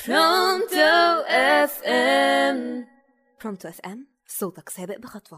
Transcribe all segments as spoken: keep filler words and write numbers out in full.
برونتو اف ام. برونتو اف ام، صوتك سابق بخطوة.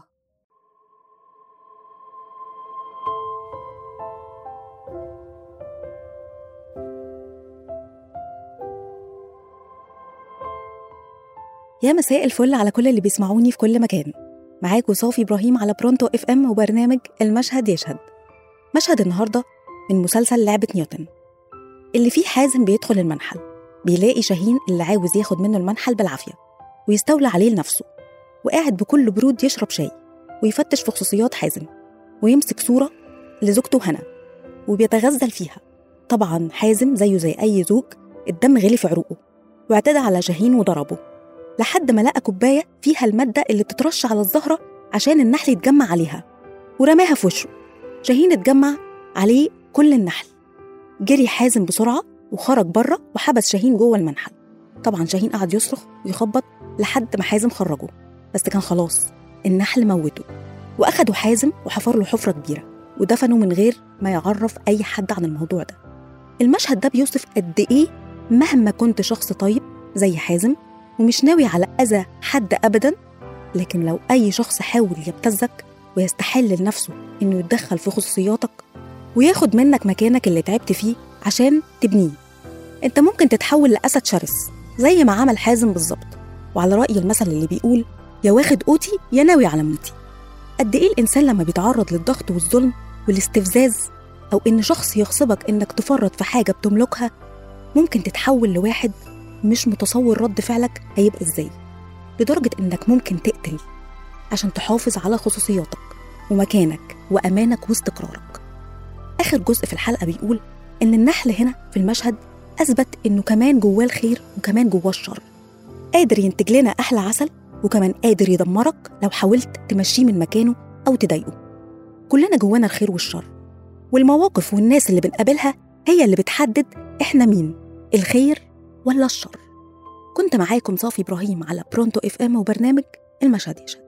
يا مساء الفل على كل اللي بيسمعوني في كل مكان. معاكم صافي إبراهيم على برونتو اف ام وبرنامج المشهد يشهد. مشهد النهاردة من مسلسل لعبة نيوتن، اللي فيه حازم بيدخل المنحل، بيلاقي شاهين اللي عاوز ياخد منه المنحل بالعافية ويستولى عليه لنفسه، وقاعد بكل برود يشرب شاي ويفتش في خصوصيات حازم، ويمسك صورة لزوجته هنا وبيتغزل فيها. طبعا حازم زيه زي أي زوج الدم غلي في عروقه، واعتدى على شاهين وضربه لحد ما لقى كوباية فيها المادة اللي بتترش على الزهرة عشان النحل يتجمع عليها، ورماها في وشه. شاهين اتجمع عليه كل النحل. جري حازم بسرعة وخرج بره وحبس شاهين جوه المنحل. طبعا شاهين قعد يصرخ ويخبط لحد ما حازم خرجه، بس كان خلاص النحل موته. وأخدوا حازم وحفروا له حفرة كبيرة ودفنوا من غير ما يعرف أي حد عن الموضوع ده. المشهد ده بيوصف قد إيه مهما كنت شخص طيب زي حازم ومش ناوي على أذى حد أبداً، لكن لو أي شخص حاول يبتزك ويستحل لنفسه إنه يتدخل في خصوصياتك وياخد منك مكانك اللي تعبت فيه عشان تبنيه، أنت ممكن تتحول لأسد شرس زي ما عمل حازم بالظبط. وعلى رأي المثل اللي بيقول يا واخد قوتي يا ناوي على موتي. قد إيه الإنسان لما بيتعرض للضغط والظلم والاستفزاز، أو إن شخص يغصبك إنك تفرط في حاجة بتملكها، ممكن تتحول لواحد مش متصور رد فعلك هيبقى إزاي، لدرجة إنك ممكن تقتل عشان تحافظ على خصوصياتك ومكانك وأمانك واستقرارك. آخر جزء في الحلقة بيقول إن النحل هنا في المشهد أثبت إنه كمان جواه الخير وكمان جواه الشر، قادر ينتج لنا أحلى عسل، وكمان قادر يدمرك لو حاولت تمشيه من مكانه أو تضايقه. كلنا جوانا الخير والشر، والمواقف والناس اللي بنقابلها هي اللي بتحدد إحنا مين، الخير ولا الشر. كنت معاكم صافي إبراهيم على برونتو اف ام وبرنامج المشهد يشهد.